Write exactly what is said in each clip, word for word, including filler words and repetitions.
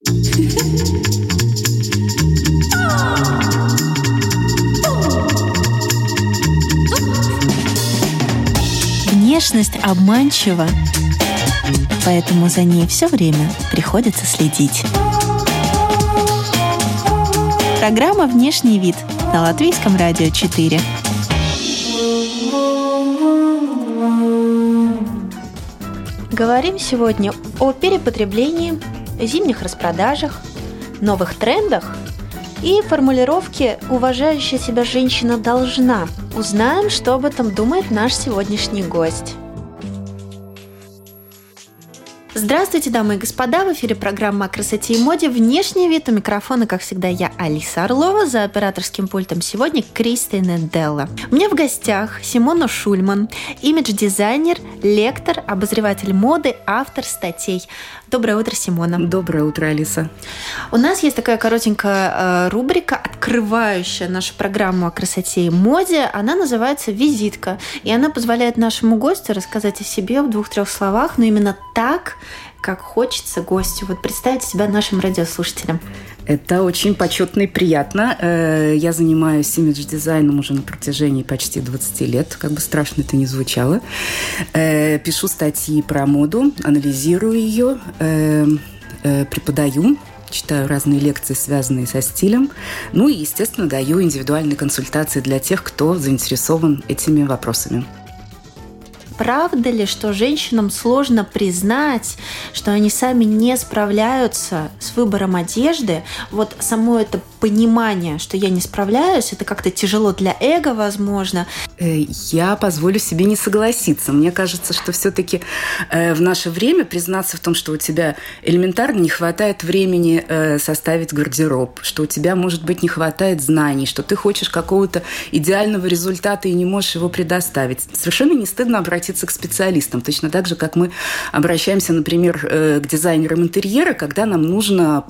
Внешность обманчива, поэтому за ней все время приходится следить. Программа «Внешний вид» на Латвийском радио четыре. Говорим сегодня о перепотреблении, зимних распродажах, новых трендах и формулировке «уважающая себя женщина должна». Узнаем, что об этом думает наш сегодняшний гость. Здравствуйте, дамы и господа! В эфире программа о красоте и моде «Внешний вид». У микрофона, как всегда, я, Алиса Орлова. За операторским пультом сегодня Кристина Делла. У меня в гостях Симона Шульман, имидж-дизайнер, лектор, обозреватель моды, автор статей. Доброе утро, Симона. Доброе утро, Алиса. У нас есть такая коротенькая э, рубрика, открывающая нашу программу о красоте и моде. Она называется «Визитка». И она позволяет нашему гостю рассказать о себе в двух-трех словах, но именно так, как хочется гостю. Вот представить себя нашим радиослушателям. Это очень почетно и приятно. Я занимаюсь имидж-дизайном уже на протяжении почти двадцать лет, как бы страшно это ни звучало. Пишу статьи про моду, анализирую ее, преподаю, читаю разные лекции, связанные со стилем. Ну и, естественно, даю индивидуальные консультации для тех, кто заинтересован этими вопросами. Правда ли, что женщинам сложно признать, что они сами не справляются с выбором одежды? Вот само это понимание, что я не справляюсь, это как-то тяжело для эго, возможно. Я позволю себе не согласиться. Мне кажется, что все-таки в наше время признаться в том, что у тебя элементарно не хватает времени составить гардероб, что у тебя, может быть, не хватает знаний, что ты хочешь какого-то идеального результата и не можешь его предоставить. Совершенно не стыдно обратиться к специалистам. Точно так же, как мы обращаемся, например, к дизайнерам интерьера, когда нам нужно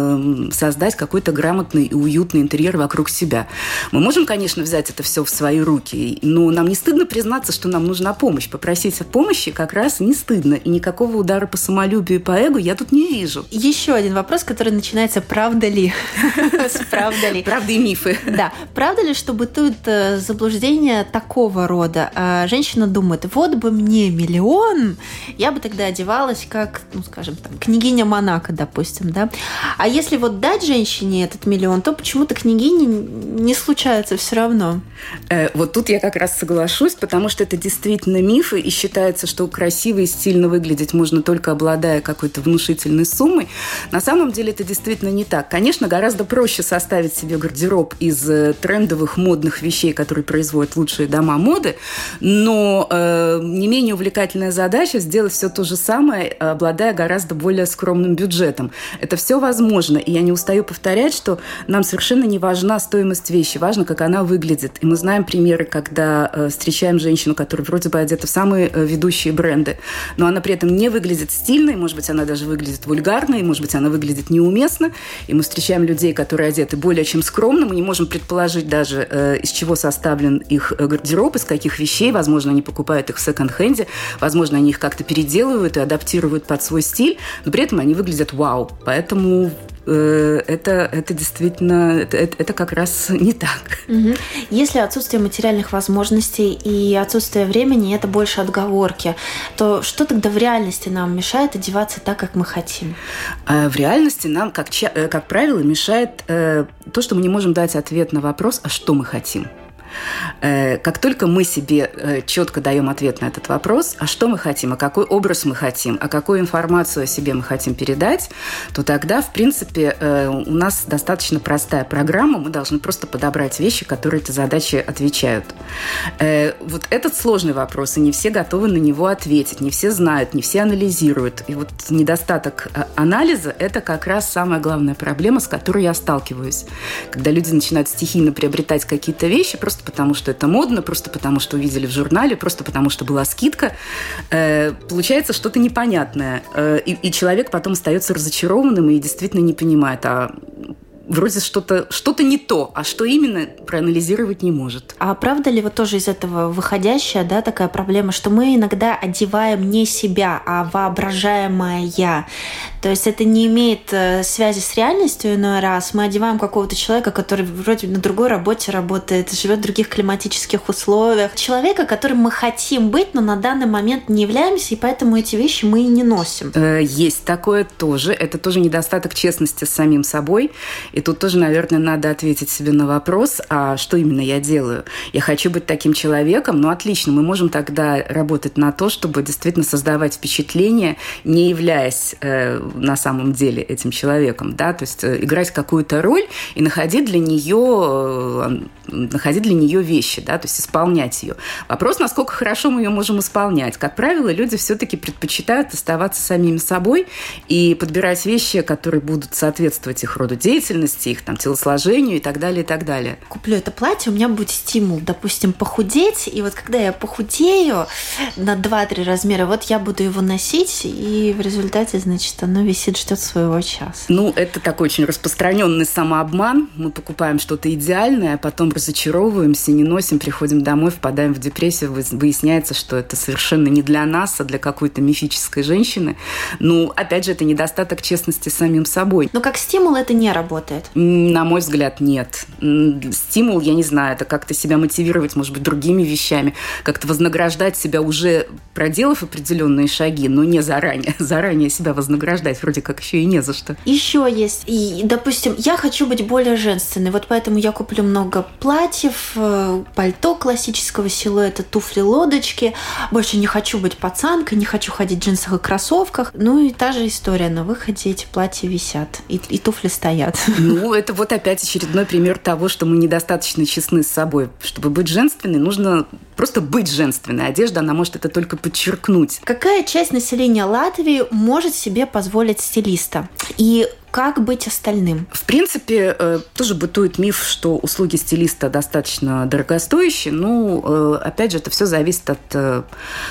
создать какой-то грамотный и уютный интерьер вокруг себя. Мы можем, конечно, взять это все в свои руки, но нам не стыдно признаться, что нам нужна помощь. Попросить о помощи как раз не стыдно. И никакого удара по самолюбию и по эго я тут не вижу. Еще один вопрос, который начинается «правда ли?». Правда ли? Правда и мифы. Да. Правда ли, что бытует заблуждение такого рода? Женщина думает, вот бы мне миллион, я бы тогда одевалась как, ну, скажем, там, княгиня Монако, допустим, да. А если вот дать женщине этот миллион, то почему-то княгини не случается все равно. Э, вот тут я как раз соглашусь, потому что это действительно мифы, и считается, что красиво и стильно выглядеть можно только обладая какой-то внушительной суммой. На самом деле это действительно не так. Конечно, гораздо проще составить себе гардероб из трендовых модных вещей, которые производят лучшие дома моды, но э, не менее увлекательная задача сделать все то же самое, обладая гораздо более скромным бюджетом. Это все возможно, и я не устаю повторять, что нам совершенно не важна стоимость вещи, важно, как она выглядит. И мы знаем примеры, когда э, встречаем женщину, которая вроде бы одета в самые э, ведущие бренды, но она при этом не выглядит стильной, может быть, она даже выглядит вульгарной, может быть, она выглядит неуместно. И мы встречаем людей, которые одеты более чем скромно, мы не можем предположить даже, э, из чего составлен их гардероб, из каких вещей, возможно, они покупают их в секонд-хенде, возможно, они их как-то переделывают и адаптируют под свой стиль, но при этом они выглядят вау. Поэтому э, это, это действительно, это, это как раз не так. Угу. Если отсутствие материальных возможностей и отсутствие времени – это больше отговорки, то что тогда в реальности нам мешает одеваться так, как мы хотим? В реальности нам, как, как правило, мешает э, то, что мы не можем дать ответ на вопрос, а что мы хотим. Как только мы себе четко даем ответ на этот вопрос, а что мы хотим, а какой образ мы хотим, а какую информацию о себе мы хотим передать, то тогда, в принципе, у нас достаточно простая программа, мы должны просто подобрать вещи, которые эти задачи отвечают. Вот этот сложный вопрос, и не все готовы на него ответить, не все знают, не все анализируют. И вот недостаток анализа – это как раз самая главная проблема, с которой я сталкиваюсь. Когда люди начинают стихийно приобретать какие-то вещи, просто потому что это модно, просто потому что увидели в журнале, просто потому что была скидка, э, получается что-то непонятное. Э, и, и человек потом остается разочарованным и действительно не понимает, а вроде что-то, что-то не то, а что именно, проанализировать не может. А правда ли вот тоже из этого выходящая, да, такая проблема, что мы иногда одеваем не себя, а воображаемое «я»? То есть это не имеет связи с реальностью иной раз. Мы одеваем какого-то человека, который вроде на другой работе работает, живет в других климатических условиях. Человека, которым мы хотим быть, но на данный момент не являемся, и поэтому эти вещи мы и не носим. Есть такое тоже. Это тоже недостаток честности с самим собой. И тут тоже, наверное, надо ответить себе на вопрос, а что именно я делаю? Я хочу быть таким человеком, ну отлично, мы можем тогда работать на то, чтобы действительно создавать впечатление, не являясь э, на самом деле этим человеком, да, то есть э, играть какую-то роль и находить для нее, э, находить для нее вещи, да, то есть исполнять ее. Вопрос, насколько хорошо мы ее можем исполнять. Как правило, люди все-таки предпочитают оставаться самими собой и подбирать вещи, которые будут соответствовать их роду деятельности, их там телосложению и так далее, и так далее. Куплю это платье, у меня будет стимул, допустим, похудеть, и вот когда я похудею на два-три размера, вот я буду его носить, и в результате, значит, оно висит, ждет своего часа. Ну, это такой очень распространенный самообман. Мы покупаем что-то идеальное, а потом разочаровываемся, не носим, приходим домой, впадаем в депрессию, выясняется, что это совершенно не для нас, а для какой-то мифической женщины. Ну, опять же, это недостаток честности с самим собой. Но как стимул это не работает? На мой взгляд, нет. Стимул, я не знаю, это как-то себя мотивировать, может быть, другими вещами, как-то вознаграждать себя, уже проделав определенные шаги, но не заранее. Заранее себя вознаграждать вроде как еще и не за что. Еще есть. И, допустим, я хочу быть более женственной, вот поэтому я куплю много платьев, пальто классического силуэта, туфли-лодочки. Больше не хочу быть пацанкой, не хочу ходить в джинсах и кроссовках. Ну и та же история. На выходе эти платья висят, и, и туфли стоят. Ну, это вот опять очередной пример того, что мы недостаточно честны с собой. Чтобы быть женственной, нужно просто быть женственной. Одежда, она может это только подчеркнуть. Какая часть населения Латвии может себе позволить стилиста? И как быть остальным? В принципе, тоже бытует миф, что услуги стилиста достаточно дорогостоящие. Ну, опять же, это все зависит от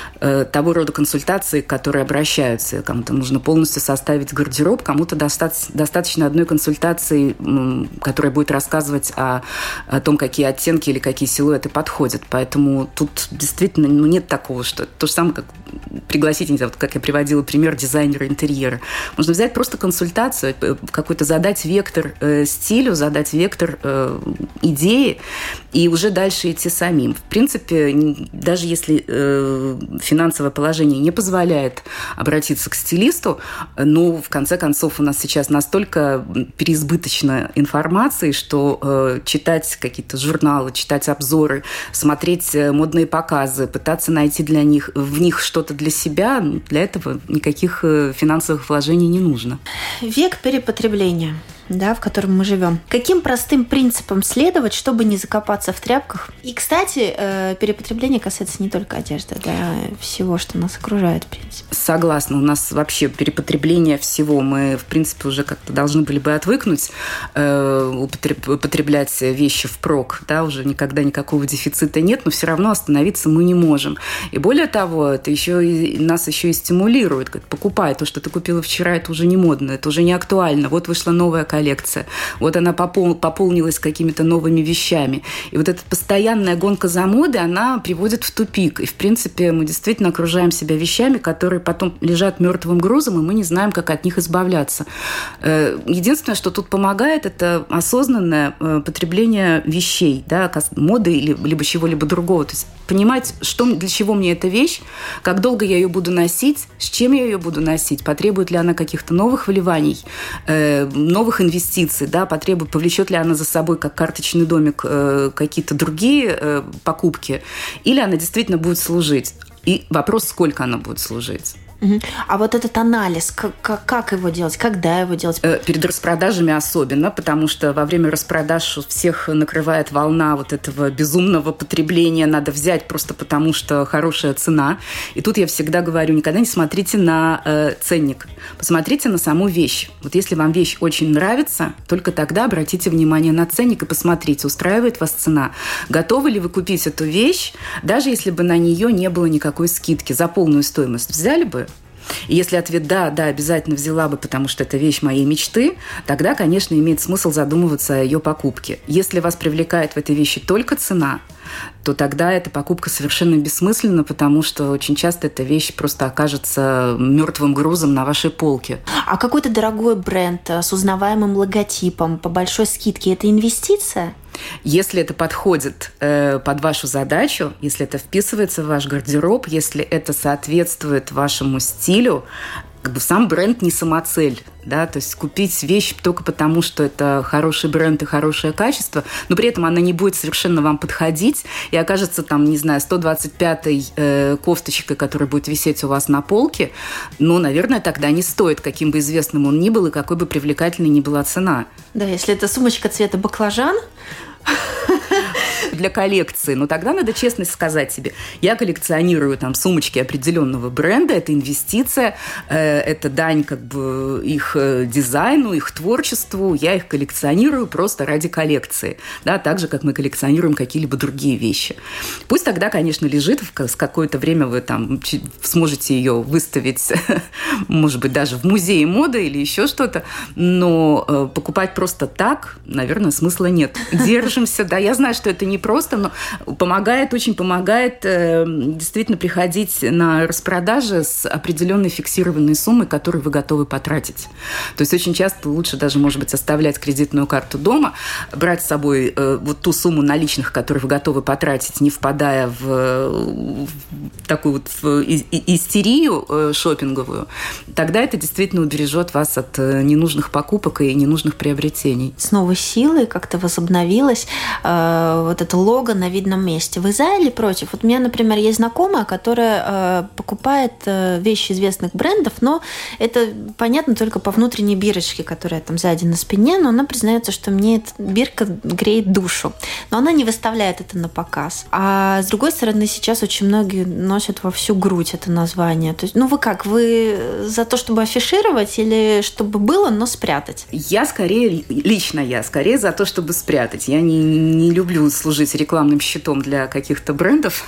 того рода консультаций, к которой обращаются. Кому-то нужно полностью составить гардероб, кому-то достаточно одной консультации, которая будет рассказывать о, о том, какие оттенки или какие силуэты подходят. Поэтому тут действительно ну, нет такого, что то же самое, как пригласить, не знаю, вот как я приводила пример дизайнера интерьера. Можно взять просто консультацию, какой-то задать вектор э, стилю, задать вектор э, идеи и уже дальше идти самим. В принципе, даже если э, финансовое положение не позволяет обратиться к стилисту, но в конце концов у нас сейчас настолько переизбыточно информации, что э, читать какие-то журналы, читать обзоры, смотреть модные показы, пытаться найти для них, в них что-то для себя, для этого никаких финансовых вложений не нужно. Век перепотребления, да, в котором мы живем. Каким простым принципам следовать, чтобы не закопаться в тряпках? И, кстати, перепотребление касается не только одежды, да, всего, что нас окружает, в принципе. Согласна. У нас вообще перепотребление всего. Мы, в принципе, уже как-то должны были бы отвыкнуть э, употреблять вещи впрок. Да, уже никогда никакого дефицита нет, но все равно остановиться мы не можем. И более того, это еще и, нас еще и стимулирует. Говорит, покупай то, что ты купила вчера, это уже не модно, это уже не актуально. Вот вышла новая коллекция. Вот она попол- пополнилась какими-то новыми вещами. И вот эта постоянная гонка за модой, она приводит в тупик. И, в принципе, мы действительно окружаем себя вещами, которые потом лежат мертвым грузом, и мы не знаем, как от них избавляться. Единственное, что тут помогает, это осознанное потребление вещей, да, моды либо чего-либо другого. То есть понимать, что, для чего мне эта вещь, как долго я ее буду носить, с чем я ее буду носить, потребует ли она каких-то новых вливаний, новых инвестиций, да, потребует, повлечет ли она за собой, как карточный домик, какие-то другие покупки, или она действительно будет служить. И вопрос, сколько она будет служить. А вот этот анализ, как, как его делать, когда его делать? Перед распродажами особенно, потому что во время распродаж всех накрывает волна вот этого безумного потребления. Надо взять просто потому, что хорошая цена. И тут я всегда говорю, никогда не смотрите на э, ценник. Посмотрите на саму вещь. Вот если вам вещь очень нравится, только тогда обратите внимание на ценник и посмотрите, устраивает вас цена. Готовы ли вы купить эту вещь, даже если бы на нее не было никакой скидки за полную стоимость? Взяли бы? И если ответ «да, да, обязательно взяла бы, потому что это вещь моей мечты», тогда, конечно, имеет смысл задумываться о ее покупке. Если вас привлекает в этой вещи только цена, то тогда эта покупка совершенно бессмысленна, потому что очень часто эта вещь просто окажется мертвым грузом на вашей полке. А какой-то дорогой бренд с узнаваемым логотипом по большой скидке – это инвестиция? Если это подходит э, под вашу задачу, если это вписывается в ваш гардероб, если это соответствует вашему стилю, как бы сам бренд не самоцель, да, то есть купить вещь только потому, что это хороший бренд и хорошее качество, но при этом она не будет совершенно вам подходить и окажется там, не знаю, сто двадцать пятой э, кофточкой, которая будет висеть у вас на полке, но, наверное, тогда не стоит, каким бы известным он ни был и какой бы привлекательной ни была цена. Да, если это сумочка цвета баклажан, для коллекции, но тогда надо честно сказать себе, я коллекционирую там сумочки определенного бренда, это инвестиция, э, это дань как бы их дизайну, их творчеству, я их коллекционирую просто ради коллекции, да, так же, как мы коллекционируем какие-либо другие вещи. Пусть тогда, конечно, лежит, с какое-то время вы там сможете ее выставить, может быть, даже в музее моды или еще что-то, но э, покупать просто так, наверное, смысла нет. Держимся, да, я знаю, что это не просто, но помогает, очень помогает э, действительно приходить на распродажи с определенной фиксированной суммой, которую вы готовы потратить. То есть очень часто лучше даже, может быть, оставлять кредитную карту дома, брать с собой э, вот ту сумму наличных, которую вы готовы потратить, не впадая в, в такую вот в истерию э, шопинговую. Тогда это действительно убережет вас от э, ненужных покупок и ненужных приобретений. С новой силой как-то возобновилась э, вот это лого на видном месте. Вы за или против? Вот у меня, например, есть знакомая, которая э, покупает э, вещи известных брендов, но это понятно только по внутренней бирочке, которая там сзади на спине, но она признается, что мне эта бирка греет душу. Но она не выставляет это на показ. А с другой стороны, сейчас очень многие носят во всю грудь это название. То есть, ну вы как, вы за то, чтобы афишировать или чтобы было, но спрятать? Я скорее, лично я, скорее за то, чтобы спрятать. Я не, не люблю служить рекламным щитом для каких-то брендов,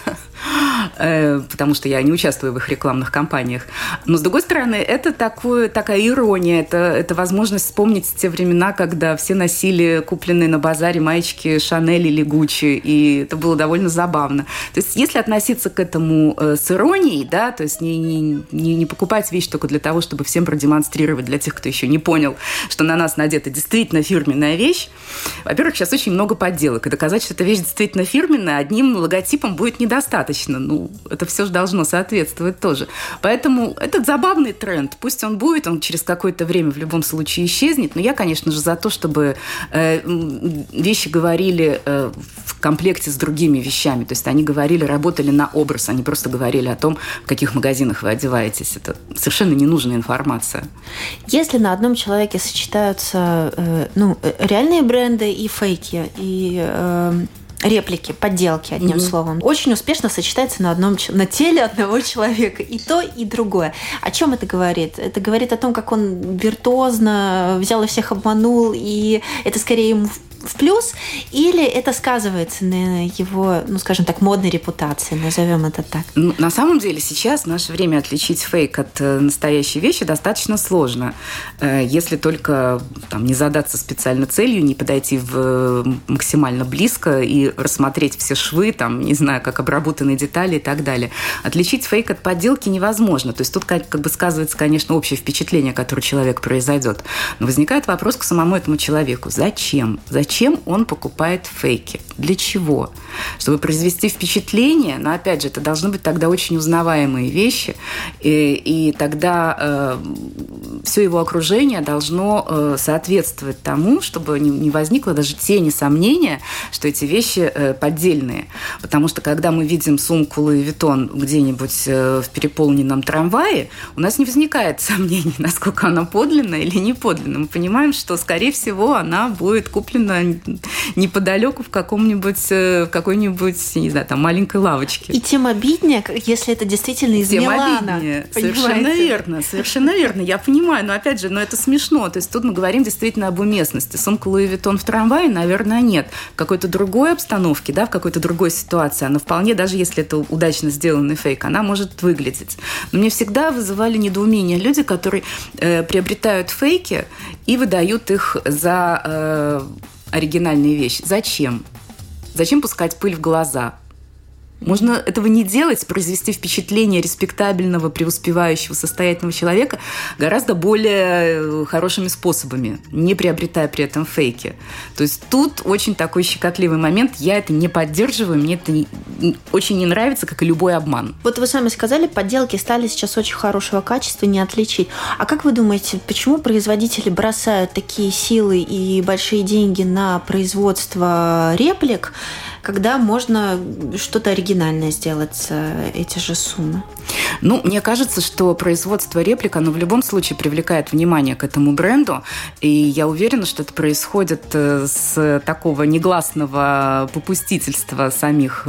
потому что я не участвую в их рекламных кампаниях. Но, с другой стороны, это такое, такая ирония, это, это возможность вспомнить те времена, когда все носили купленные на базаре маечки Шанель или Гуччи, и это было довольно забавно. То есть, если относиться к этому с иронией, да, то есть не, не, не покупать вещь только для того, чтобы всем продемонстрировать, для тех, кто еще не понял, что на нас надета действительно фирменная вещь. Во-первых, сейчас очень много подделок, и доказать, что эта вещь действительно фирменная, одним логотипом будет недостаточно. Ну, это все же должно соответствовать тоже. Поэтому этот забавный тренд. Пусть он будет, он через какое-то время в любом случае исчезнет. Но я, конечно же, за то, чтобы э, вещи говорили э, в комплекте с другими вещами. То есть они говорили, работали на образ, они просто говорили о том, в каких магазинах вы одеваетесь. Это совершенно ненужная информация. Если на одном человеке сочетаются э, ну, реальные бренды и фейки, и... Э, реплики, подделки, одним mm-hmm. словом, очень успешно сочетается на одном на теле одного человека. И то, и другое. О чем это говорит? Это говорит о том, как он виртуозно взял и всех обманул, и это скорее ему в плюс, или это сказывается на его, ну, скажем так, модной репутации, назовем это так? Ну, на самом деле сейчас в наше время отличить фейк от настоящей вещи достаточно сложно. Если только там, не задаться специально целью, не подойти в максимально близко и рассмотреть все швы, там, не знаю, как обработаны детали и так далее. Отличить фейк от подделки невозможно. То есть тут как, как бы сказывается, конечно, общее впечатление, которое человек произойдет. Но возникает вопрос к самому этому человеку. Зачем? Зачем? Зачем он покупает фейки? Для чего? Чтобы произвести впечатление, но, опять же, это должны быть тогда очень узнаваемые вещи, и, и тогда э, все его окружение должно э, соответствовать тому, чтобы не, не возникло даже тени сомнения, что эти вещи э, поддельные. Потому что, когда мы видим сумку Луи Виттон где-нибудь э, в переполненном трамвае, у нас не возникает сомнений, насколько она подлинная или не подлинная. Мы понимаем, что, скорее всего, она будет куплена неподалеку в каком-нибудь, в какой-нибудь, не знаю, там, маленькой лавочке. И тем обиднее, если это действительно из тем Милана. Обиднее. Совершенно верно, совершенно верно. Я понимаю, но опять же, но это смешно. То есть тут мы говорим действительно об уместности. Сумка Луи Виттон в трамвае, наверное, нет. В какой-то другой обстановке, да, в какой-то другой ситуации, она вполне, даже если это удачно сделанный фейк, она может выглядеть. Но мне всегда вызывали недоумение люди, которые э, приобретают фейки и выдают их за э, оригинальные вещи. Зачем? Зачем пускать пыль в глаза? Можно этого не делать, произвести впечатление респектабельного, преуспевающего, состоятельного человека гораздо более хорошими способами, не приобретая при этом фейки. То есть тут очень такой щекотливый момент. Я это не поддерживаю, мне это не, очень не нравится, как и любой обман. Вот вы сами сказали, подделки стали сейчас очень хорошего качества, не отличить. А как вы думаете, почему производители бросают такие силы и большие деньги на производство реплик, когда можно что-то оригинальное сделать за эти же суммы? Ну, мне кажется, что производство реплик, оно в любом случае привлекает внимание к этому бренду, и я уверена, что это происходит с такого негласного попустительства самих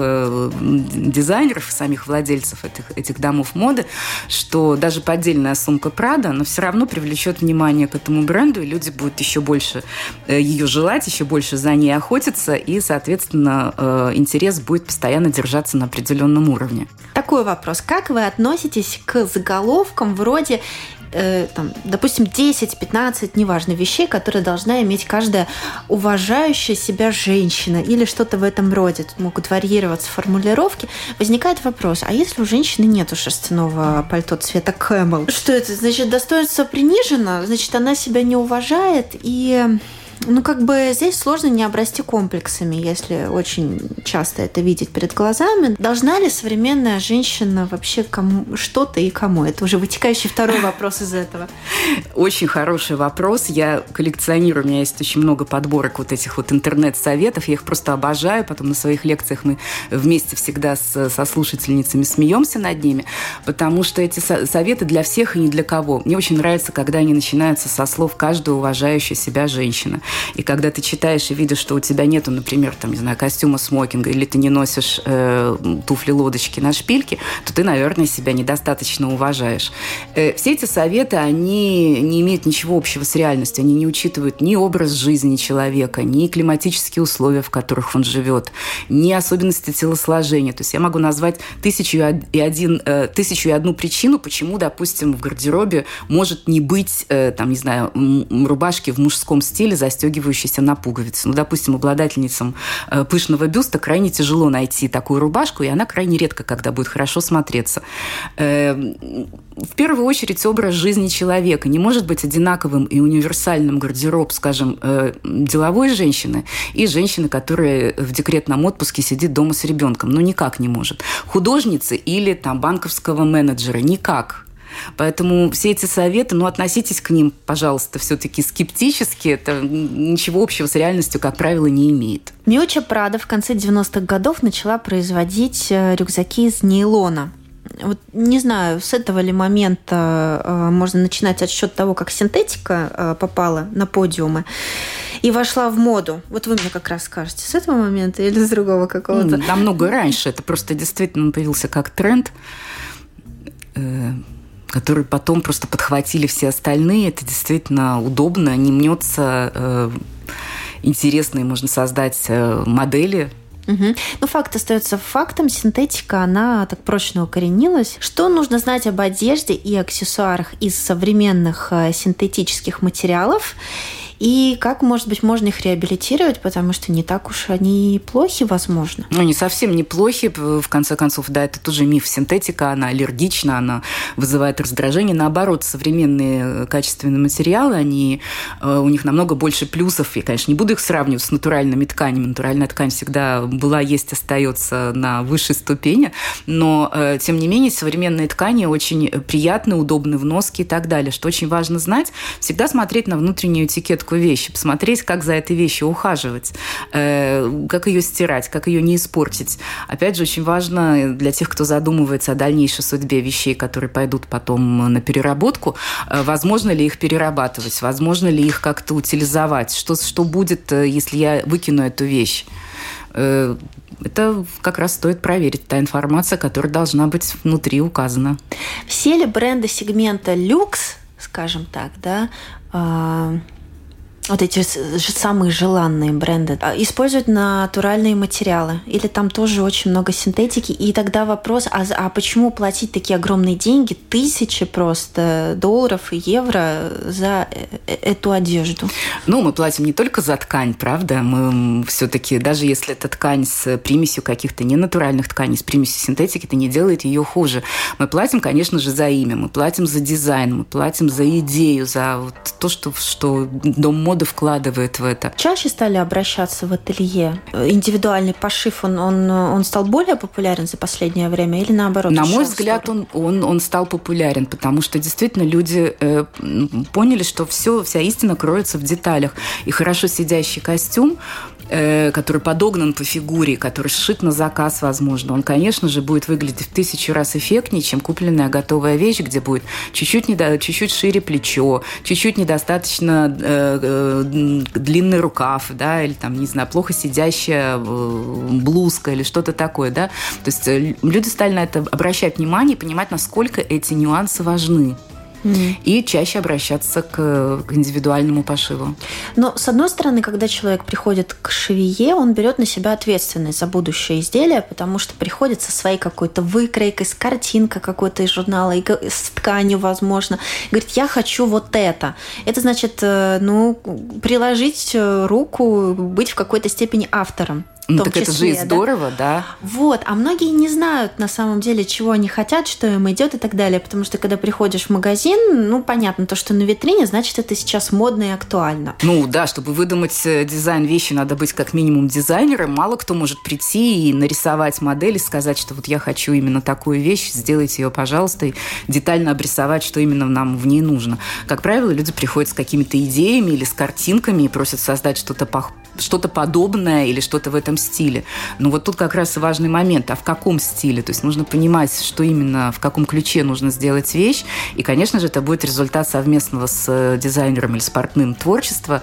дизайнеров, самих владельцев этих, этих домов моды, что даже поддельная сумка Prada, но все равно привлечет внимание к этому бренду, и люди будут еще больше ее желать, еще больше за ней охотиться, и, соответственно, интерес будет постоянно держаться на определенном уровне. Такой вопрос. Как вы относитесь к заголовкам вроде, э, там, допустим, десять-пятнадцать, неважно, вещей, которые должна иметь каждая уважающая себя женщина или что-то в этом роде? Тут могут варьироваться формулировки. Возникает вопрос, а если у женщины нет шерстяного пальто цвета Camel? Что это? Значит, достоинство принижено? Значит, она себя не уважает и... Ну, как бы здесь сложно не обрасти комплексами, если очень часто это видеть перед глазами. Должна ли современная женщина вообще кому что-то и кому? Это уже вытекающий второй вопрос из этого. Очень хороший вопрос. Я коллекционирую, у меня есть очень много подборок вот этих вот интернет-советов. Я их просто обожаю. Потом на своих лекциях мы вместе всегда с, со слушательницами смеемся над ними, потому что эти советы для всех и ни для кого. Мне очень нравится, когда они начинаются со слов «каждая уважающая себя женщина». И когда ты читаешь и видишь, что у тебя нету, например, там, не знаю, костюма смокинга, или ты не носишь э, туфли-лодочки на шпильке, то ты, наверное, себя недостаточно уважаешь. Э, все эти советы, они не имеют ничего общего с реальностью. Они не учитывают ни образ жизни человека, ни климатические условия, в которых он живет, ни особенности телосложения. То есть я могу назвать тысячу и, один, э, тысячу и одну причину, почему, допустим, в гардеробе может не быть, э, там, не знаю, рубашки в мужском стиле, застегивающейся на пуговицы. Ну, допустим, обладательницам э, пышного бюста крайне тяжело найти такую рубашку, и она крайне редко, когда будет хорошо смотреться. Э, в первую очередь, образ жизни человека не может быть одинаковым и универсальным гардероб, скажем, э, деловой женщины и женщины, которая в декретном отпуске сидит дома с ребенком. Ну, никак не может. Художницы или там банковского менеджера никак. Поэтому все эти советы, ну, относитесь к ним, пожалуйста, все-таки скептически. Это ничего общего с реальностью, как правило, не имеет. Миуччо Прада в конце девяностых годов начала производить рюкзаки из нейлона. Вот не знаю, с этого ли момента э, можно начинать отсчет того, как синтетика э, попала на подиумы и вошла в моду. Вот вы мне как раз скажете, с этого момента или с другого какого-то? Ну, намного раньше. Это просто действительно появился как тренд, э, который потом просто подхватили все остальные. Это действительно удобно, не мнется, э, интересные можно создать э, модели. Угу. Но факт остается фактом. Синтетика, она так прочно укоренилась. Что нужно знать об одежде и аксессуарах из современных синтетических материалов? И как, может быть, можно их реабилитировать, потому что не так уж они плохи, возможно. Ну, не совсем неплохи. В конце концов, да, это тоже миф. Синтетика, она аллергична, она вызывает раздражение. Наоборот, современные качественные материалы, они, у них намного больше плюсов. Я, конечно, не буду их сравнивать с натуральными тканями. Натуральная ткань всегда была, есть, остается на высшей ступени. Но, тем не менее, современные ткани очень приятны, удобны в носке и так далее. Что очень важно знать, всегда смотреть на внутреннюю этикетку переработку вещи, посмотреть, как за этой вещью ухаживать, как ее стирать, как ее не испортить. Опять же, очень важно для тех, кто задумывается о дальнейшей судьбе вещей, которые пойдут потом на переработку, возможно ли их перерабатывать, возможно ли их как-то утилизовать, что, что будет, если я выкину эту вещь. Это как раз стоит проверить, та информация, которая должна быть внутри указана. Все ли бренды сегмента люкс, скажем так, да, вот эти же самые желанные бренды, используют натуральные материалы? Или там тоже очень много синтетики? И тогда вопрос, а, а почему платить такие огромные деньги, тысячи просто долларов и евро за эту одежду? Ну, мы платим не только за ткань, правда? Мы все-таки, даже если это ткань с примесью каких-то ненатуральных тканей, с примесью синтетики, это не делает ее хуже. Мы платим, конечно же, за имя, мы платим за дизайн, мы платим за идею, за вот то, что, что дом моды вкладывает в это. Чаще стали обращаться в ателье? Индивидуальный пошив, он, он, он стал более популярен за последнее время или наоборот? На мой взгляд, он, он, он стал популярен, потому что действительно люди э, поняли, что все, вся истина кроется в деталях. И хорошо сидящий костюм, э, который подогнан по фигуре, который сшит на заказ, возможно, он, конечно же, будет выглядеть в тысячу раз эффектнее, чем купленная готовая вещь, где будет чуть-чуть, недо... чуть-чуть шире плечо, чуть-чуть недостаточно э, длинный рукав, да, или там, не знаю, плохо сидящая блузка или что-то такое, да. То есть люди стали на это обращать внимание и понимать, насколько эти нюансы важны. Mm. И чаще обращаться к, к индивидуальному пошиву. Но, с одной стороны, когда человек приходит к швее, он берет на себя ответственность за будущее изделие, потому что приходит со своей какой-то выкройкой, с картинкой какой-то из журнала, с тканью, возможно. Говорит, я хочу вот это. Это значит, ну, приложить руку, быть в какой-то степени автором. Ну, так числе, это же и здорово, да? да? Вот, а многие не знают на самом деле, чего они хотят, что им идет и так далее, потому что когда приходишь в магазин, ну, понятно, то, что на витрине, значит, это сейчас модно и актуально. Ну, да, чтобы выдумать дизайн вещи, надо быть как минимум дизайнером. Мало кто может прийти и нарисовать модель и сказать, что вот я хочу именно такую вещь, сделайте ее, пожалуйста, и детально обрисовать, что именно нам в ней нужно. Как правило, люди приходят с какими-то идеями или с картинками и просят создать что-то похожее, что-то подобное или что-то в этом стиле. Но вот тут как раз и важный момент, а в каком стиле? То есть нужно понимать, что именно, в каком ключе нужно сделать вещь. И, конечно же, это будет результат совместного с дизайнером или с партнером творчества.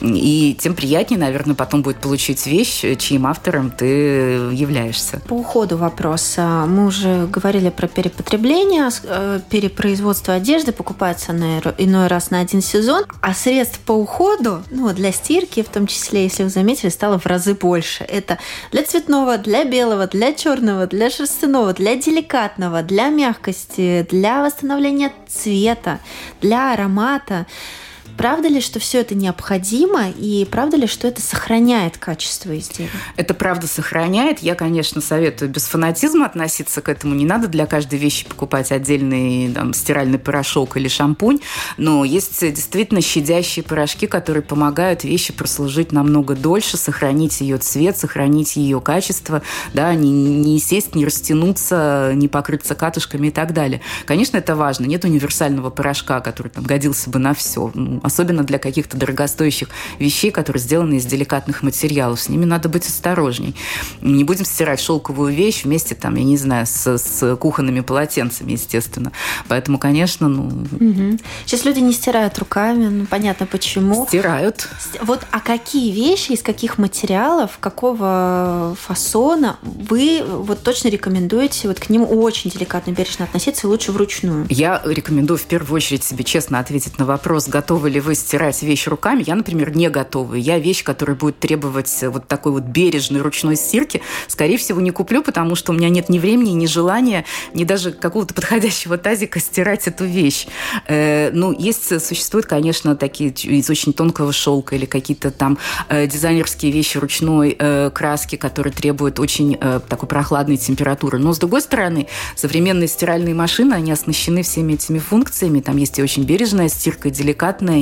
И тем приятнее, наверное, потом будет получить вещь, чьим автором ты являешься. По уходу вопрос. Мы уже говорили про перепотребление, перепроизводство одежды покупается на иной раз на один сезон, а средств по уходу, ну, для стирки в том числе, если вы заметили, стало в разы больше. Это для цветного, для белого, для черного, для шерстяного, для деликатного, для мягкости, для восстановления цвета, для аромата. Правда ли, что все это необходимо, и правда ли, что это сохраняет качество изделия? Это правда сохраняет. Я, конечно, советую без фанатизма относиться к этому. Не надо для каждой вещи покупать отдельный там, стиральный порошок или шампунь, но есть действительно щадящие порошки, которые помогают вещи прослужить намного дольше, сохранить ее цвет, сохранить ее качество, да, не, не сесть, не растянуться, не покрыться катышками и так далее. Конечно, это важно. Нет универсального порошка, который там годился бы на все. Особенно для каких-то дорогостоящих вещей, которые сделаны из деликатных материалов. С ними надо быть осторожней. Не будем стирать шелковую вещь вместе, там, я не знаю, с, с кухонными полотенцами, естественно. Поэтому, конечно, ну... Угу. Сейчас люди не стирают руками, ну, понятно почему. Стирают. Вот, а какие вещи, из каких материалов, какого фасона вы вот точно рекомендуете вот к ним очень деликатно, бережно относиться и лучше вручную? Я рекомендую в первую очередь себе честно ответить на вопрос, готовы ли вы стирать вещь руками. Я, например, не готова. Я вещь, которая будет требовать вот такой вот бережной ручной стирки, скорее всего, не куплю, потому что у меня нет ни времени, ни желания, ни даже какого-то подходящего тазика стирать эту вещь. Э, ну, есть, существуют, конечно, такие из очень тонкого шелка или какие-то там э, дизайнерские вещи ручной э, краски, которые требуют очень э, такой прохладной температуры. Но, с другой стороны, современные стиральные машины, они оснащены всеми этими функциями. Там есть и очень бережная стирка, деликатная,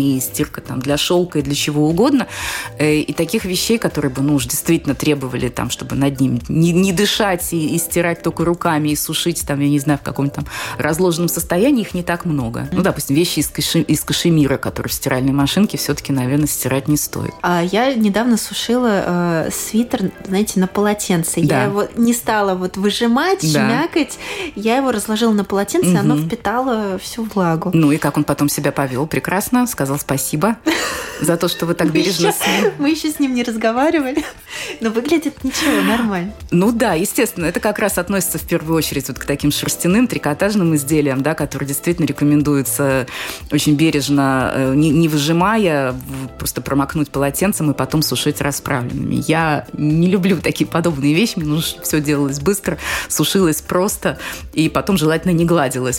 и стирка там для шелка и для чего угодно. И таких вещей, которые бы, ну, уж действительно требовали, там, чтобы над ним не, не дышать и, и стирать только руками, и сушить, там, я не знаю, в каком-то там разложенном состоянии, их не так много. Ну, допустим, вещи из, каши, из кашемира, которые в стиральной машинке все-таки, наверное, стирать не стоит. А я недавно сушила э, свитер, знаете, на полотенце. Да. Я его не стала вот выжимать, да. шмякать. Я его разложила на полотенце, угу. и оно впитало всю влагу. Ну, и как он потом себя повел? Прекрасно. Сказал спасибо за то, что вы так бережно с ним. Мы еще с ним не разговаривали, но выглядит ничего, нормально. Ну да, естественно, это как раз относится в первую очередь вот к таким шерстяным, трикотажным изделиям, да, которые действительно рекомендуется очень бережно, не, не выжимая, просто промокнуть полотенцем и потом сушить расправленными. Я не люблю такие подобные вещи, мне нужно, чтобы все делалось быстро, сушилось просто и потом желательно не гладилось.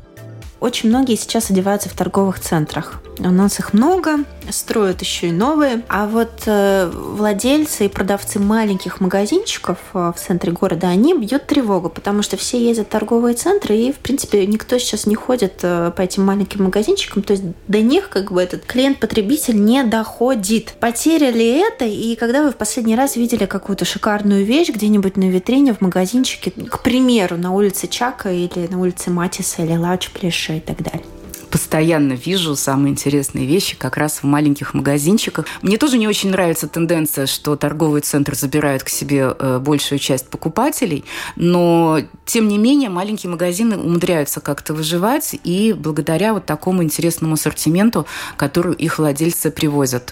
Очень многие сейчас одеваются в торговых центрах. У нас их много, строят еще и новые. А вот э, владельцы и продавцы маленьких магазинчиков э, в центре города, они бьют тревогу, потому что все ездят в торговые центры, и, в принципе, никто сейчас не ходит э, по этим маленьким магазинчикам. То есть до них как бы этот клиент-потребитель не доходит. Потеря ли это? И когда вы в последний раз видели какую-то шикарную вещь где-нибудь на витрине в магазинчике, к примеру, на улице Чака или на улице Матисса или Лауч Плеше и так далее? Постоянно вижу самые интересные вещи как раз в маленьких магазинчиках. Мне тоже не очень нравится тенденция, что торговый центр забирает к себе большую часть покупателей, но, тем не менее, маленькие магазины умудряются как-то выживать и благодаря вот такому интересному ассортименту, который их владельцы привозят.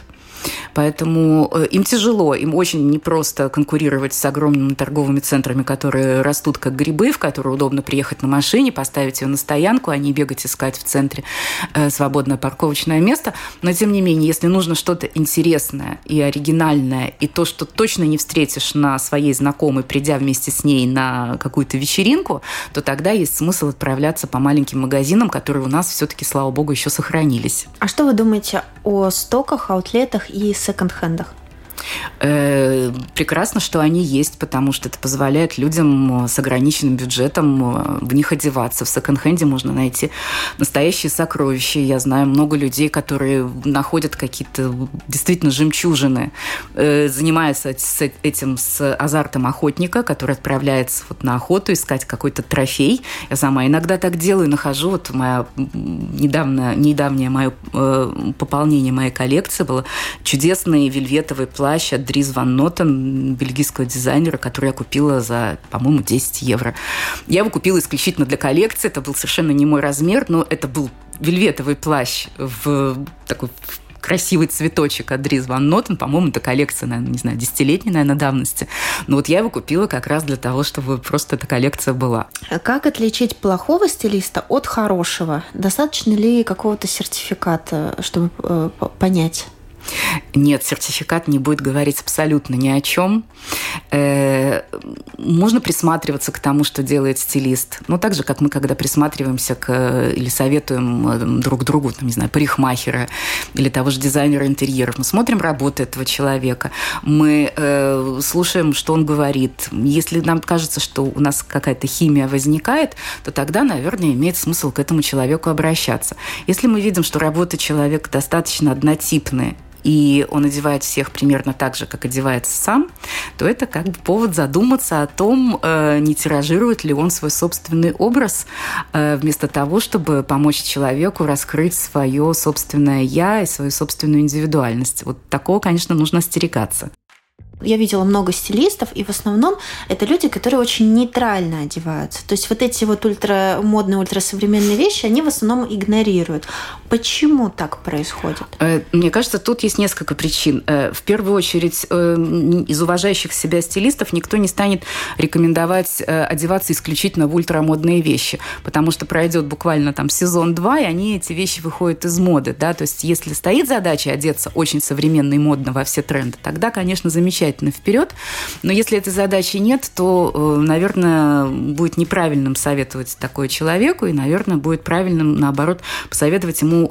Поэтому им тяжело, им очень непросто конкурировать с огромными торговыми центрами, которые растут как грибы, в которые удобно приехать на машине, поставить ее на стоянку, а не бегать искать в центре свободное парковочное место. Но, тем не менее, если нужно что-то интересное и оригинальное, и то, что точно не встретишь на своей знакомой, придя вместе с ней на какую-то вечеринку, то тогда есть смысл отправляться по маленьким магазинам, которые у нас все-таки, слава богу, еще сохранились. А что вы думаете о стоках, аутлетах и секонд-хендах? Прекрасно, что они есть, потому что это позволяет людям с ограниченным бюджетом в них одеваться. В секонд-хенде можно найти настоящие сокровища. Я знаю много людей, которые находят какие-то действительно жемчужины, занимаются этим с азартом охотника, который отправляется вот на охоту искать какой-то трофей. Я сама иногда так делаю, нахожу. Вот моя недавно, недавнее мое пополнение моей коллекции было чудесный вельветовый плащ от Дрис Ван Нотен, бельгийского дизайнера, который я купила за, по-моему, десять евро. Я его купила исключительно для коллекции. Это был совершенно не мой размер, но это был вельветовый плащ в такой красивый цветочек от Дрис Ван Нотен. По-моему, это коллекция, наверное, не знаю, десятилетней, наверное, давности. Но вот я его купила как раз для того, чтобы просто эта коллекция была. Как отличить плохого стилиста от хорошего? Достаточно ли какого-то сертификата, чтобы э, понять? Нет, сертификат не будет говорить абсолютно ни о чем. Э, можно присматриваться к тому, что делает стилист. Ну, так же, как мы, когда присматриваемся к, или советуем друг другу, там, не знаю, парикмахера или того же дизайнера интерьеров. Мы смотрим работу этого человека, мы э, слушаем, что он говорит. Если нам кажется, что у нас какая-то химия возникает, то тогда, наверное, имеет смысл к этому человеку обращаться. Если мы видим, что работа человека достаточно однотипная, и он одевает всех примерно так же, как одевается сам, то это как бы повод задуматься о том, не тиражирует ли он свой собственный образ, вместо того, чтобы помочь человеку раскрыть свое собственное «я» и свою собственную индивидуальность. Вот такого, конечно, нужно остерегаться. Я видела много стилистов, и в основном это люди, которые очень нейтрально одеваются. То есть вот эти вот ультрамодные, ультрасовременные вещи, они в основном игнорируют. Почему так происходит? Мне кажется, тут есть несколько причин. В первую очередь, из уважающих себя стилистов никто не станет рекомендовать одеваться исключительно в ультрамодные вещи, потому что пройдет буквально там сезон-два, и они, эти вещи выходят из моды. Да? То есть если стоит задача одеться очень современно и модно во все тренды, тогда, конечно, замечательно. замечательно вперед. Но если этой задачи нет, то, наверное, будет неправильным советовать такое человеку, и, наверное, будет правильным, наоборот, посоветовать ему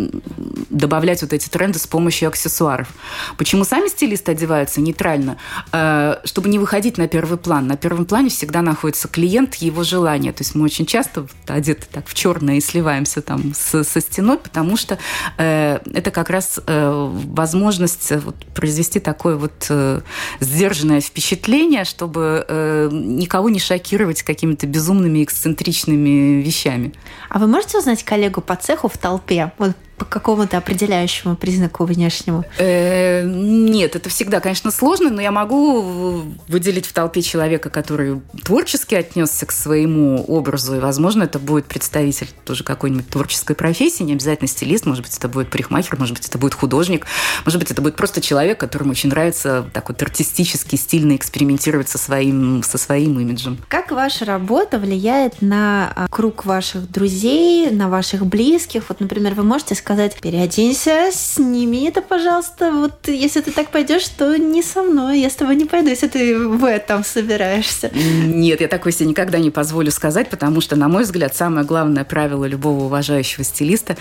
добавлять вот эти тренды с помощью аксессуаров. Почему сами стилисты одеваются нейтрально? Чтобы не выходить на первый план. На первом плане всегда находится клиент, его желание. То есть мы очень часто одеты так в черное и сливаемся там со, со стеной, потому что э, это как раз э, возможность вот, произвести такое вот э, сдержанное впечатление, чтобы э, никого не шокировать какими-то безумными, эксцентричными вещами. А вы можете узнать коллегу по цеху в толпе? Вот по какому-то определяющему признаку внешнему? Э, нет, это всегда, конечно, сложно, но я могу выделить в толпе человека, который творчески отнесся к своему образу, и, возможно, это будет представитель тоже какой-нибудь творческой профессии, не обязательно стилист, может быть, это будет парикмахер, может быть, это будет художник, может быть, это будет просто человек, которому очень нравится так вот артистически, стильно экспериментировать со своим, со своим имиджем. Как ваша работа влияет на круг ваших друзей, на ваших близких? Вот, например, вы можете сказать, сказать, переоденься, сними это, пожалуйста. Вот если ты так пойдешь, то не со мной, я с тобой не пойду, если ты в этом собираешься. Нет, я такое себе никогда не позволю сказать, потому что, на мой взгляд, самое главное правило любого уважающего стилиста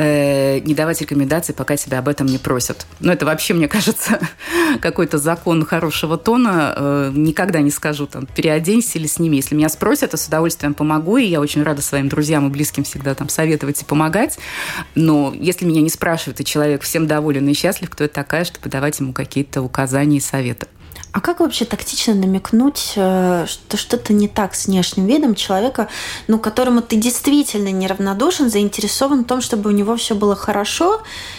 э, не давать рекомендаций, пока тебя об этом не просят. Но это вообще, мне кажется, какой-то закон хорошего тона. Э, никогда не скажу, там, переоденься или сними. Если меня спросят, я с удовольствием помогу, и я очень рада своим друзьям и близким всегда там советовать и помогать. Но если меня не спрашивают, и человек всем доволен и счастлив, кто я такая, чтобы давать ему какие-то указания и советы. А как вообще тактично намекнуть, что что-то не так с внешним видом человека, ну, которому ты действительно неравнодушен, заинтересован в том, чтобы у него все было хорошо?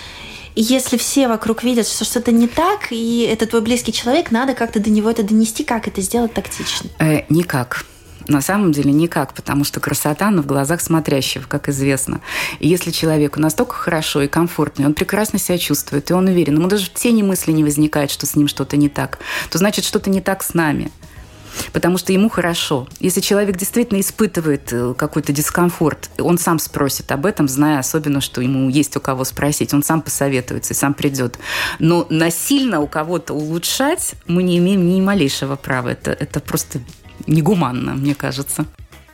И если все вокруг видят, что что-то не так, и это твой близкий человек, надо как-то до него это донести, как это сделать тактично? Э, никак. На самом деле никак, потому что красота, она в глазах смотрящего, как известно. И если человеку настолько хорошо и комфортно, и он прекрасно себя чувствует, и он уверен, ему даже в тени мысли не возникает, что с ним что-то не так, то значит, что-то не так с нами. Потому что ему хорошо. Если человек действительно испытывает какой-то дискомфорт, он сам спросит об этом, зная особенно, что ему есть у кого спросить. Он сам посоветуется и сам придет. Но насильно у кого-то улучшать мы не имеем ни малейшего права. Это, это просто негуманно, мне кажется.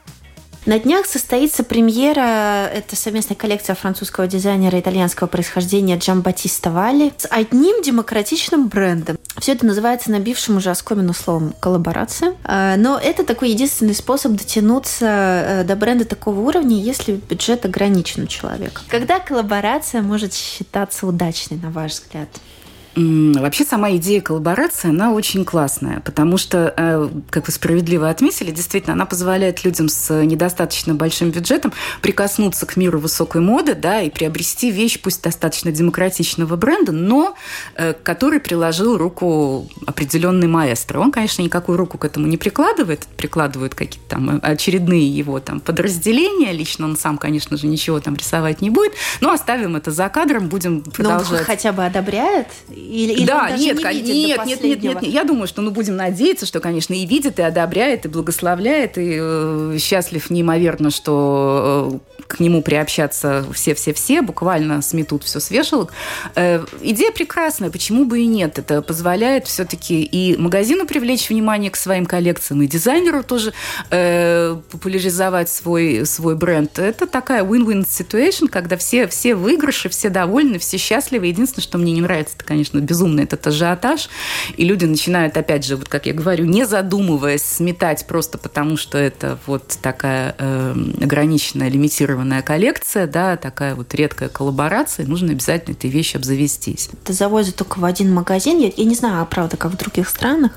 На днях состоится премьера, это совместная коллекция французского дизайнера итальянского происхождения Джамбаттиста Валли с одним демократичным брендом. Все это называется набившим уже оскомину словом коллаборация. Но это такой единственный способ дотянуться до бренда такого уровня, если бюджет ограничен у человека. Когда коллаборация может считаться удачной, на ваш взгляд? Вообще сама идея коллаборации, она очень классная, потому что, как вы справедливо отметили, действительно, она позволяет людям с недостаточно большим бюджетом прикоснуться к миру высокой моды, да, и приобрести вещь, пусть достаточно демократичного бренда, но к которой приложил руку определенный маэстро. Он, конечно, никакую руку к этому не прикладывает, прикладывают какие-то там очередные его там подразделения, лично он сам, конечно же, ничего там рисовать не будет, но оставим это за кадром, будем продолжать. Но он хотя бы одобряет? Или, или да, он даже нет, не видит нет, до нет, нет, нет, нет. Я думаю, что ну, будем надеяться, что, конечно, и видит, и одобряет, и благословляет, и э, счастлив неимоверно, что э, к нему приобщаться все-все-все, буквально сметут все с вешалок. Э, идея прекрасная, почему бы и нет? Это позволяет все-таки и магазину привлечь внимание к своим коллекциям, и дизайнеру тоже э, популяризовать свой, свой бренд. Это такая win-win situation, когда все, все выигрыши, все довольны, все счастливы. Единственное, что мне не нравится, это, конечно, безумный этот ажиотаж, и люди начинают, опять же, вот как я говорю, не задумываясь, сметать просто потому, что это вот такая э, ограниченная, лимитированная коллекция, да, такая вот редкая коллаборация, нужно обязательно этой вещью обзавестись. Это завозят только в один магазин. Я, я не знаю, правда, как в других странах,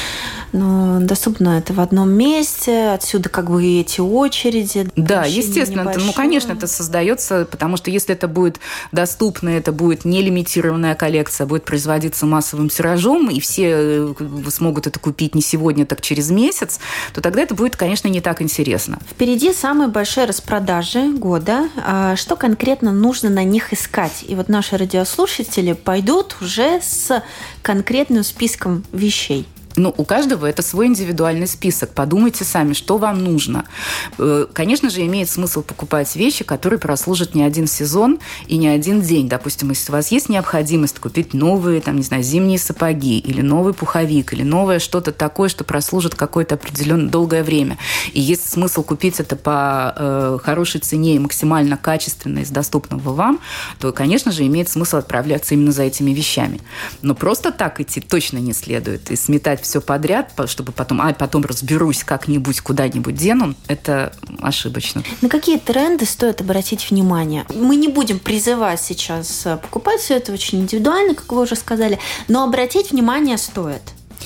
но доступно это в одном месте, отсюда как бы и эти очереди. Да, естественно, это, ну, конечно, это создается, потому что если это будет доступно, это будет не лимитированная коллекция, будет производиться массовым тиражом, и все смогут это купить не сегодня, так через месяц, то тогда это будет, конечно, не так интересно. Впереди самые большие распродажи года. Что конкретно нужно на них искать? И вот наши радиослушатели пойдут уже с конкретным списком вещей. Ну, у каждого это свой индивидуальный список. Подумайте сами, что вам нужно. Конечно же, имеет смысл покупать вещи, которые прослужат не один сезон и не один день. Допустим, если у вас есть необходимость купить новые, там, не знаю, зимние сапоги или новый пуховик, или новое что-то такое, что прослужит какое-то определенное долгое время. И есть смысл купить это по э, хорошей цене и максимально качественно из доступного вам, то, конечно же, имеет смысл отправляться именно за этими вещами. Но просто так идти точно не следует. И сметать все подряд, чтобы потом, а потом разберусь как-нибудь, куда-нибудь дену, это ошибочно. На какие тренды стоит обратить внимание? Мы не будем призывать сейчас покупать все это очень индивидуально, как вы уже сказали, но обратить внимание стоит.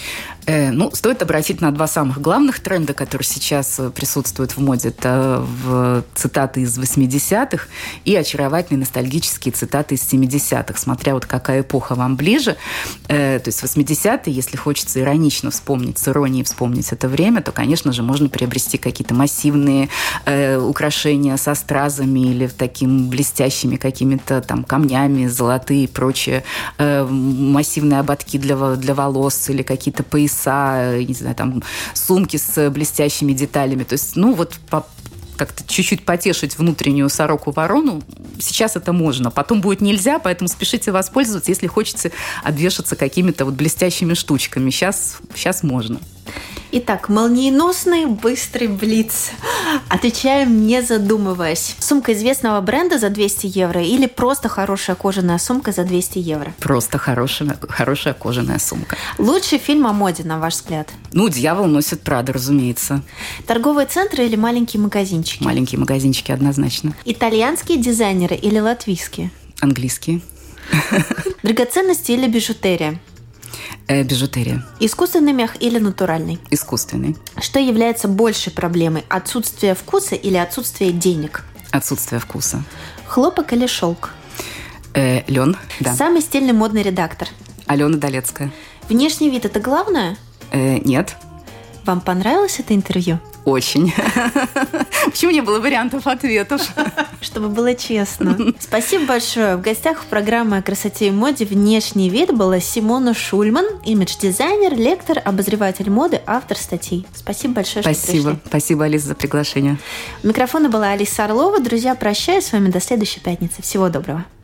Ну, стоит обратить на два самых главных тренда, которые сейчас присутствуют в моде. Это в цитаты из восьмидесятых и очаровательные ностальгические цитаты из семидесятых, смотря вот какая эпоха вам ближе. То есть восьмидесятые, если хочется иронично вспомнить, с иронией вспомнить это время, то, конечно же, можно приобрести какие-то массивные украшения со стразами или такими блестящими какими-то там камнями, золотые и прочее, массивные ободки для, для волос или какие-то пояса, не знаю, там, сумки с блестящими деталями. То есть, ну, вот по, как-то чуть-чуть потешить внутреннюю сороку-ворону. Сейчас это можно. Потом будет нельзя, поэтому спешите воспользоваться, если хочется обвешаться какими-то вот блестящими штучками. Сейчас, сейчас можно. Итак, молниеносный, быстрый блиц. Отвечаем, не задумываясь. Сумка известного бренда за двести евро или просто хорошая кожаная сумка за двести евро? Просто хорошая, хорошая кожаная сумка. Лучший фильм о моде, на ваш взгляд? Ну, «Дьявол носит Прада», разумеется. Торговые центры или маленькие магазинчики? Маленькие магазинчики, однозначно. Итальянские дизайнеры или латвийские? Английские. Драгоценности или бижутерия? Э, бижутерия. Искусственный мех или натуральный? Искусственный. Что является большей проблемой? Отсутствие вкуса или отсутствие денег? Отсутствие вкуса. Хлопок или шелк? Э, лен, да. Самый стильный модный редактор? Алена Долецкая. Внешний вид – это главное? Э, нет. Вам понравилось это интервью? Очень. Почему не было вариантов ответов? Чтобы было честно. Спасибо большое. В гостях в программе о красоте и моде «Внешний вид» была Симона Шульман, имидж-дизайнер, лектор, обозреватель моды, автор статей. Спасибо большое, Спасибо. что пришли. Спасибо, Алиса, за приглашение. У микрофона была Алиса Орлова. Друзья, прощаюсь с вами до следующей пятницы. Всего доброго.